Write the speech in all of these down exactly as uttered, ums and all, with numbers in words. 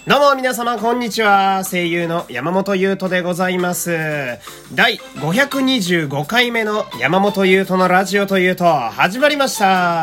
どうも皆様こんにちは。声優の山本優斗でございます。第ごひゃくにじゅうごかいめの山本優斗のラジオというと始まりました。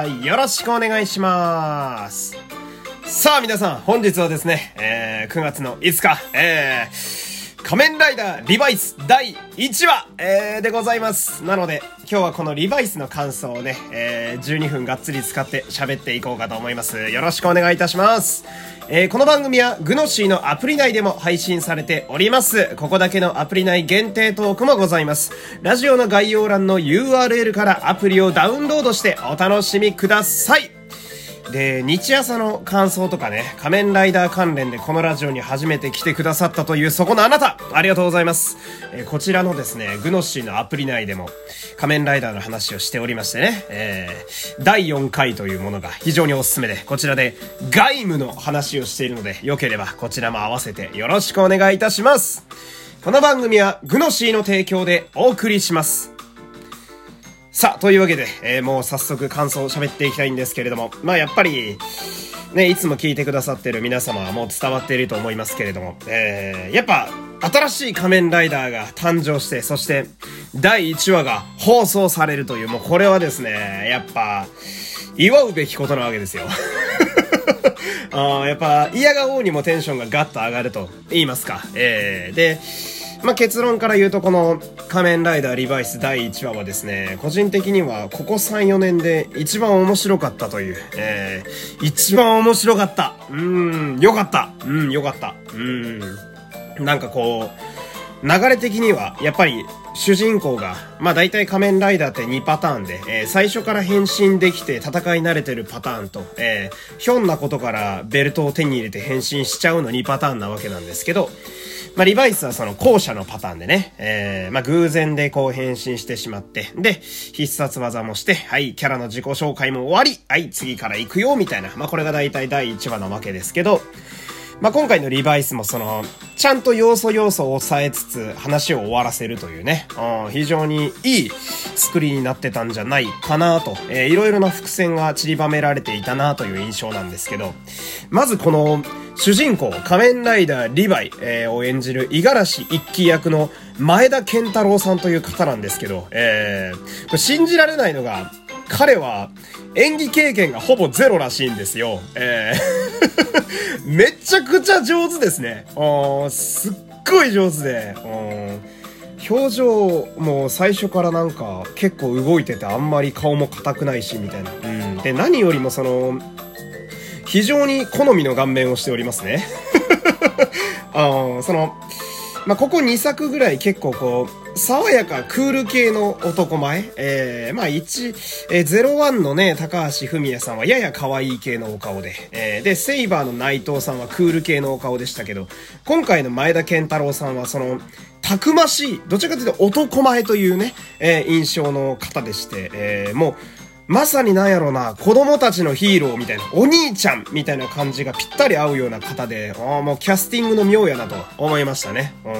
よろしくお願いします。さあ皆さん、本日はですね、えー、くがつのいつか、えー、仮面ライダーリバイスだいいちわ、えー、でございます。なので今日はこのリバイスの感想をね、えー、じゅうにふんがっつり使って喋っていこうかと思います。よろしくお願いいたします。えー、この番組はグノシーのアプリ内でも配信されております。ここだけのアプリ内限定トークもございます。ラジオの概要欄の ユーアールエル からアプリをダウンロードしてお楽しみください。で、日朝の感想とかね、仮面ライダー関連でこのラジオに初めて来てくださったというそこのあなた、ありがとうございます。えー、こちらのですね、グノシーのアプリ内でも仮面ライダーの話をしておりましてね、えー、だいよんかいというものが非常におすすめで、こちらで外務の話をしているので、よければこちらも合わせてよろしくお願いいたします。この番組はグノシーの提供でお送りします。さあ、というわけで、えー、もう早速感想を喋っていきたいんですけれども、まあやっぱり、ね、いつも聞いてくださってる皆様はもう伝わっていると思いますけれども、えー、やっぱ、新しい仮面ライダーが誕生して、そして、だいいちわが放送されるという、もうこれはですね、やっぱ、祝うべきことなわけですよ。あ、やっぱ、嫌が王にもテンションがガッと上がると言いますか。えー、で、まあ、結論から言うとこの仮面ライダーリバイスだいいちわはですね、個人的にはここさん、よねんで一番面白かったという、えー、一番面白かった。うーん、よかった。うん、よかった。うーん。なんかこう、流れ的にはやっぱり主人公が、まあ大体仮面ライダーってにパターンで、えー、最初から変身できて戦い慣れてるパターンと、えー、ひょんなことからベルトを手に入れて変身しちゃうのにパターンなわけなんですけど、まあ、リバイスはその後者のパターンでね、えー、まあ、偶然でこう変身してしまって、で、必殺技もして、はい、キャラの自己紹介も終わり、はい、次から行くよ、みたいな、まあ、これが大体だいいちわなわけですけど、まあ、今回のリバイスもその、ちゃんと要素要素を抑えつつ話を終わらせるというね、うん、非常にいい作りになってたんじゃないかなと、えー、いろいろな伏線が散りばめられていたなという印象なんですけど、まずこの、主人公、仮面ライダーリヴァイ、えー、を演じる五十嵐一輝役の前田健太郎さんという方なんですけど、えー、これ信じられないのが、彼は演技経験がほぼゼロらしいんですよ。えー、めちゃくちゃ上手ですね。すっごい上手で、表情も最初からなんか結構動いててあんまり顔も硬くないしみたいな。うん、で、何よりもその、非常に好みの顔面をしておりますね。あその、まあ、ここにさくぐらい結構こう、爽やかクール系の男前。えー、まあ、いち、えー、ゼロワンのね、高橋文也さんはやや可愛い系のお顔で、えー、で、セイバーの内藤さんはクール系のお顔でしたけど、今回の前田健太郎さんはその、たくましい、どちらかというと男前というね、えー、印象の方でして、えー、もう、まさになんやろな、子供たちのヒーローみたいな、お兄ちゃんみたいな感じがぴったり合うような方で、あもうキャスティングの妙やなと思いましたね。うん。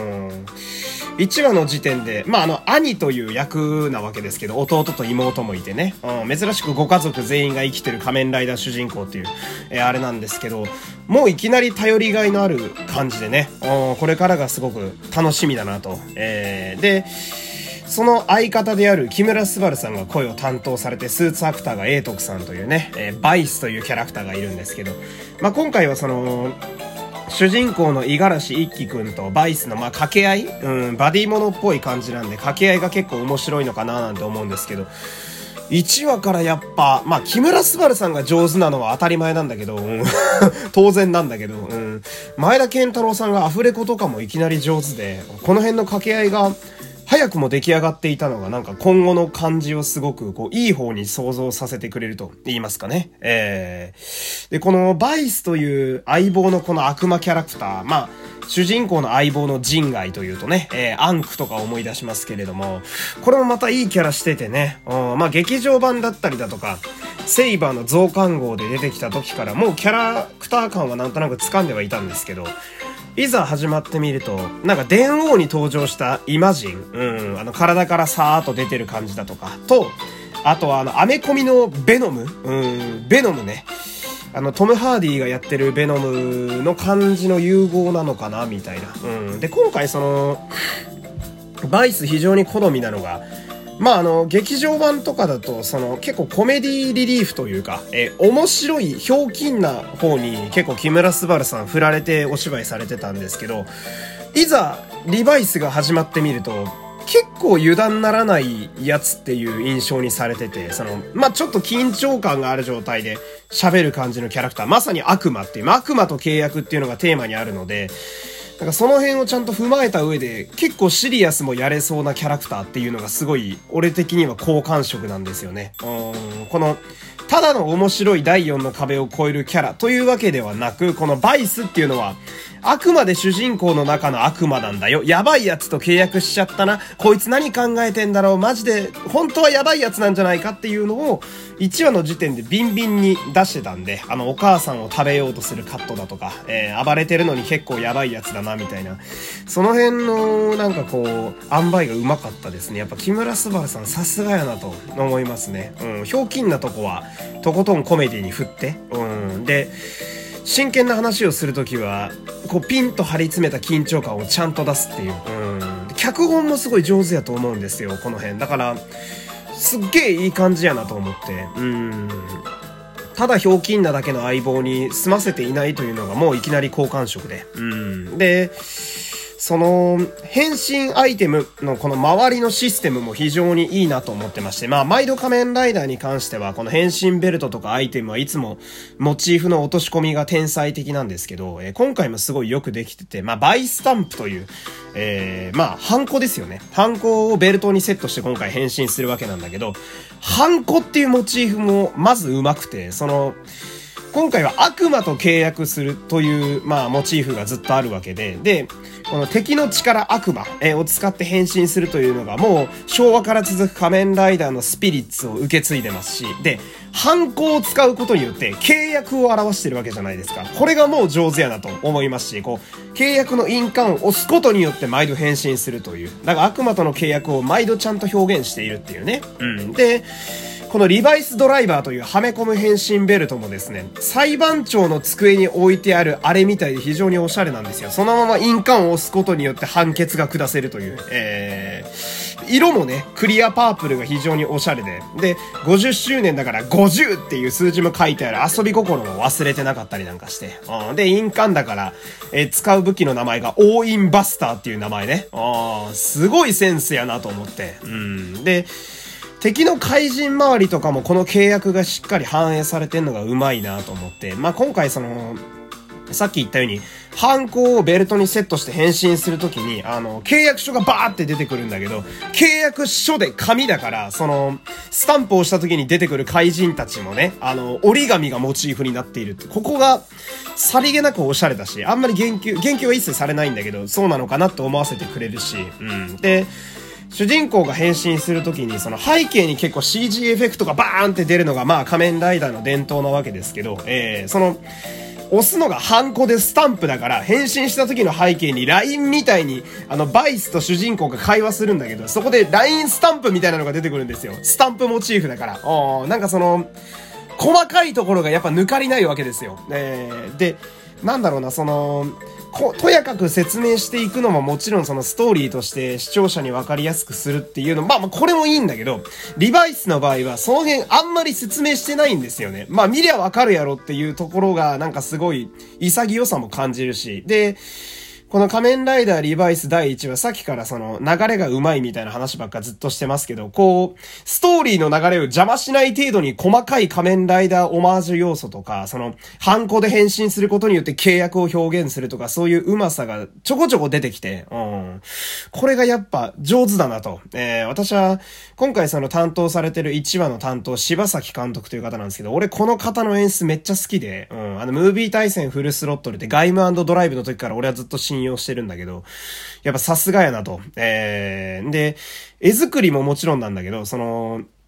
いちわの時点で、まあ、あの、兄という役なわけですけど、弟と妹もいてね、うん、珍しくご家族全員が生きてる仮面ライダー主人公っていう、えー、あれなんですけど、もういきなり頼りがいのある感じでね、うん、これからがすごく楽しみだなと。えー、で、その相方である木村昴さんが声を担当されて、スーツアクターが永徳さんというね、えー、バイスというキャラクターがいるんですけど、まあ、今回はその、主人公の五十嵐一輝くんとバイスのまあ掛け合い、うん、バディモノっぽい感じなんで、掛け合いが結構面白いのかななんて思うんですけど、いちわからやっぱ、まあ、木村昴さんが上手なのは当たり前なんだけど、うん、当然なんだけど、うん、前田健太郎さんがアフレコとかもいきなり上手で、この辺の掛け合いが、早くも出来上がっていたのがなんか今後の感じをすごくこういい方に想像させてくれると言いますかね。えー、で、このバイスという相棒のこの悪魔キャラクター、まあ、主人公の相棒の人外というとね、えー、アンクとか思い出しますけれども、これもまたいいキャラしててね、うん、まあ劇場版だったりだとか、セイバーの増刊号で出てきた時からもうキャラクター感はなんとなく掴んではいたんですけど、いざ始まってみると、なんか電王に登場したイマジン、うん、あの体からさーっと出てる感じだとか、と、あとはあの、アメコミのベノム、うん、ベノムね。 あの、トム・ハーディがやってるベノムの感じの融合なのかな、みたいな。うん。で、今回その、バイス非常に好みなのが、まあ、あの、劇場版とかだと、その、結構コメディリリーフというか、え、面白い、ひょうきんな方に結構木村昴さん振られてお芝居されてたんですけど、いざ、リバイスが始まってみると、結構油断ならないやつっていう印象にされてて、その、まあ、ちょっと緊張感がある状態で喋る感じのキャラクター、まさに悪魔っていう、まあ、悪魔と契約っていうのがテーマにあるので、なんかその辺をちゃんと踏まえた上で結構シリアスもやれそうなキャラクターっていうのがすごい俺的には好感触なんですよね。うーん、このただの面白いだいよんの壁を越えるキャラというわけではなく、このバイスっていうのはあくまで主人公の中の悪魔なんだよ。やばいやつと契約しちゃったな。こいつ何考えてんだろう。マジで本当はやばいやつなんじゃないかっていうのをいちわの時点でビンビンに出してたんで、あのお母さんを食べようとするカットだとか、えー、暴れてるのに結構やばいやつだなみたいな、その辺のなんかこう塩梅がうまかったですね。やっぱ木村昴さんさすがやなと思いますね。うん、ひょうきんなとこはとことんコメディに振って、うん、で真剣な話をするときはこうピンと張り詰めた緊張感をちゃんと出すっていう、うん、脚本もすごい上手やと思うんですよ、この辺だから。すっげえいい感じやなと思って、うん、ただひょうきんなだけの相棒に済ませていないというのがもういきなり好感触で、うん、でその変身アイテムのこの周りのシステムも非常にいいなと思ってまして、まあ毎度仮面ライダーに関してはこの変身ベルトとかアイテムはいつもモチーフの落とし込みが天才的なんですけど、えー、今回もすごいよくできてて、まあバイスタンプという、えー、まあハンコですよね。ハンコをベルトにセットして今回変身するわけなんだけど、ハンコっていうモチーフもまず上手くて、その今回は悪魔と契約するという、まあ、モチーフがずっとあるわけで、で、この敵の力悪魔を使って変身するというのがもう昭和から続く仮面ライダーのスピリッツを受け継いでますし、で、ハンコを使うことによって契約を表してるわけじゃないですか。これがもう上手やなと思いますし、こう、契約の印鑑を押すことによって毎度変身するという。だから悪魔との契約を毎度ちゃんと表現しているっていうね。うん。で、このリバイスドライバーというはめ込む変身ベルトもですね、裁判長の机に置いてあるあれみたいで非常におしゃれなんですよ。そのまま印鑑を押すことによって判決が下せるという。えー、色もね、クリアパープルが非常におしゃれで。で、ごじゅっしゅうねんだからごじゅうっていう数字も書いてある遊び心も忘れてなかったりなんかして。うん、で、印鑑だから、えー、使う武器の名前がオーインバスターっていう名前ね。あー、すごいセンスやなと思って。うん。で、敵の怪人周りとかもこの契約がしっかり反映されてんのがうまいなと思って、まあ、今回その、さっき言ったように、ハンコをベルトにセットして変身するときに、あの、契約書がバーって出てくるんだけど、契約書で紙だから、その、スタンプをしたときに出てくる怪人たちもね、あの、折り紙がモチーフになっているって、ここが、さりげなくおしゃれだし、あんまり言及、言及は一切されないんだけど、そうなのかなと思わせてくれるし、うん。で、主人公が変身するときにその背景に結構 シージー エフェクトがバーンって出るのがまあ仮面ライダーの伝統なわけですけど、えー、その押すのがハンコでスタンプだから変身した時の背景に ライン みたいにあのバイスと主人公が会話するんだけど、そこで ライン スタンプみたいなのが出てくるんですよ。スタンプモチーフだから。おー、なんかその細かいところがやっぱ抜かりないわけですよ。えー、で、なんだろうな、そのことやかく説明していくのももちろんそのストーリーとして視聴者に分かりやすくするっていうの、まあまあこれもいいんだけど、リバイスの場合はその辺あんまり説明してないんですよね。まあ見りゃ分かるやろっていうところがなんかすごい潔さも感じるし、で、この仮面ライダーリバイスだいいちはさっきからその流れがうまいみたいな話ばっかずっとしてますけど、こう、ストーリーの流れを邪魔しない程度に細かい仮面ライダーオマージュ要素とか、その、ハンコで変身することによって契約を表現するとか、そういううまさがちょこちょこ出てきて、うん。これがやっぱ上手だなと。えー、私は今回その担当されてるいちわの担当、柴崎監督という方なんですけど、俺この方の演出めっちゃ好きで、うん。あの、ムービー対戦フルスロットルってガイム&ドライブの時から俺はずっと信用してるんだけど、やっぱさすがやなと。えー、で、絵作りももちろんなんだけど、その、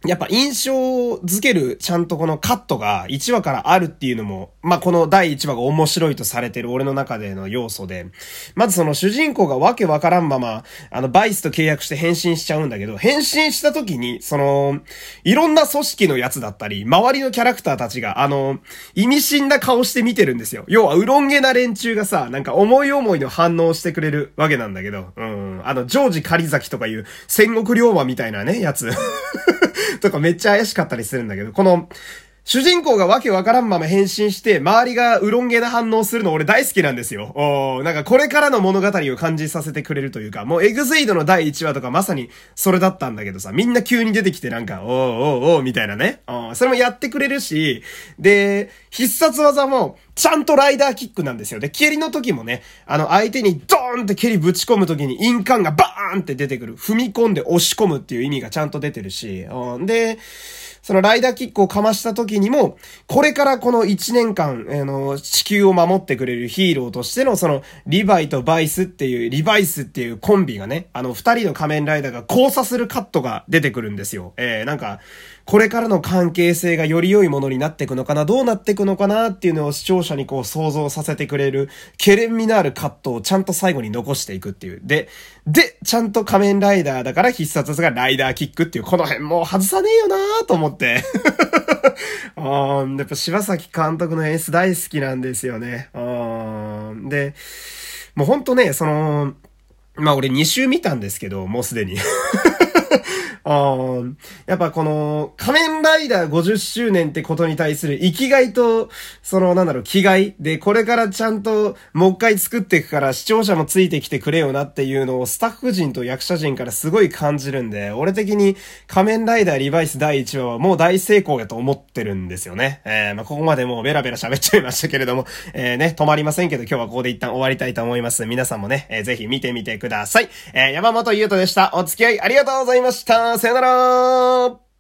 やっぱ印象づけるちゃんとこのカットがいちわからあるっていうのも、まあ、このだいいちわが面白いとされてる俺の中での要素で、まずその主人公がわけわからんまま、あの、バイスと契約して変身しちゃうんだけど、変身した時に、その、いろんな組織のやつだったり、周りのキャラクターたちが、あの、意味深な顔して見てるんですよ。要は、うろんげな連中がさ、なんか思い思いの反応をしてくれるわけなんだけど、うん、あの、ジョージ狩崎とかいう戦国龍馬みたいなね、やつ。とかめっちゃ怪しかったりするんだけど、この、主人公がわけわからんまま変身して、周りがうろんげな反応するの俺大好きなんですよ。おー、なんかこれからの物語を感じさせてくれるというか、もうエグゼイドのだいいちわとかまさにそれだったんだけどさ、みんな急に出てきてなんか、おーおーおーみたいなね。それもやってくれるし、で、必殺技も、ちゃんとライダーキックなんですよ。で、蹴りの時もね、あの相手にドーンって蹴りぶち込む時に印鑑がバーンって出てくる。踏み込んで押し込むっていう意味がちゃんと出てるし、で、そのライダーキックをかました時にも、これからこのいちねんかん、あの、地球を守ってくれるヒーローとしてのその、リヴァイとバイスっていう、リヴァイスっていうコンビがね、あの、二人の仮面ライダーが交差するカットが出てくるんですよ。えー、なんか、これからの関係性がより良いものになっていくのかな、どうなっていくのかなっていうのを視聴者にこう想像させてくれる、ケレン味のあるカットをちゃんと最後に残していくっていう。で、で、ちゃんと仮面ライダーだから必殺技がライダーキックっていう、この辺もう外さねえよなーと思って。あー、やっぱ柴崎監督の演出大好きなんですよね。あー、で、もうほんとね、その、まあ俺に週見たんですけど、もうすでに。あやっぱこの仮面ライダーごじゅっしゅうねんってことに対する生きがいと、そのなんだろう、気概で、これからちゃんともう一回作っていくから視聴者もついてきてくれよなっていうのをスタッフ陣と役者陣からすごい感じるんで、俺的に仮面ライダーリバイスだいいちわはもう大成功やと思ってるんですよね。えー、まあここまでもうベラベラ喋っちゃいましたけれども、えーね、止まりませんけど今日はここで一旦終わりたいと思います。皆さんもね、えー、ぜひ見てみてください。えー、山本優斗でした。お付き合いありがとうございました。さよなら。